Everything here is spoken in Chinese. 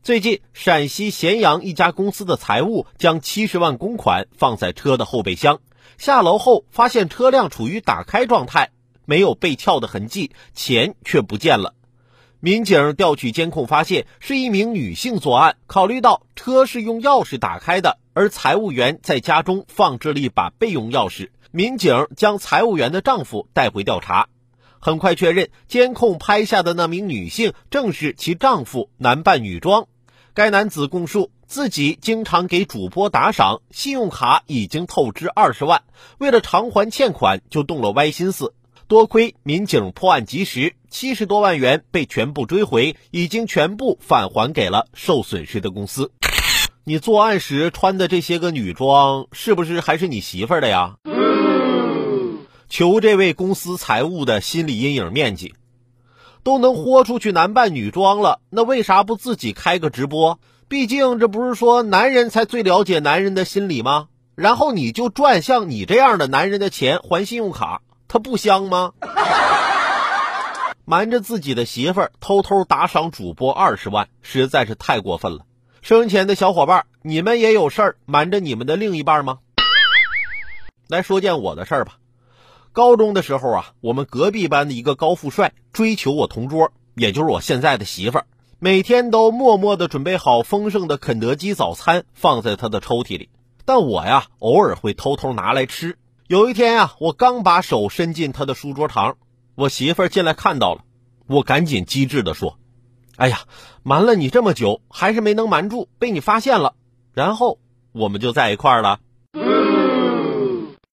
最近，陕西咸阳一家公司的财务将70万公款放在车的后备箱，下楼后发现车辆处于打开状态，没有被撬的痕迹，钱却不见了。民警调取监控发现是一名女性作案，考虑到车是用钥匙打开的，而财务员在家中放置了一把备用钥匙，民警将财务员的丈夫带回调查。很快确认，监控拍下的那名女性正是其丈夫，男扮女装。该男子供述，自己经常给主播打赏，信用卡已经透支20万，为了偿还欠款就动了歪心思。多亏民警破案及时，70多万元被全部追回，已经全部返还给了受损失的公司。你作案时穿的这些个女装，是不是还是你媳妇儿的呀？求这位公司财务的心理阴影面积。都能豁出去男扮女装了，那为啥不自己开个直播？毕竟这不是说男人才最了解男人的心理吗？然后你就赚像你这样的男人的钱还信用卡，他不香吗？瞒着自己的媳妇儿偷偷打赏主播20万，实在是太过分了。生前的小伙伴，你们也有事儿瞒着你们的另一半吗？来说件我的事儿吧。高中的时候啊，我们隔壁班的一个高富帅追求我同桌，也就是我现在的媳妇儿，每天都默默地准备好丰盛的肯德基早餐放在他的抽屉里，但我呀偶尔会偷偷拿来吃。有一天呀，我刚把手伸进他的书桌旁，我媳妇儿进来看到了，我赶紧机智地说：哎呀，瞒了你这么久还是没能瞒住，被你发现了。然后我们就在一块儿了。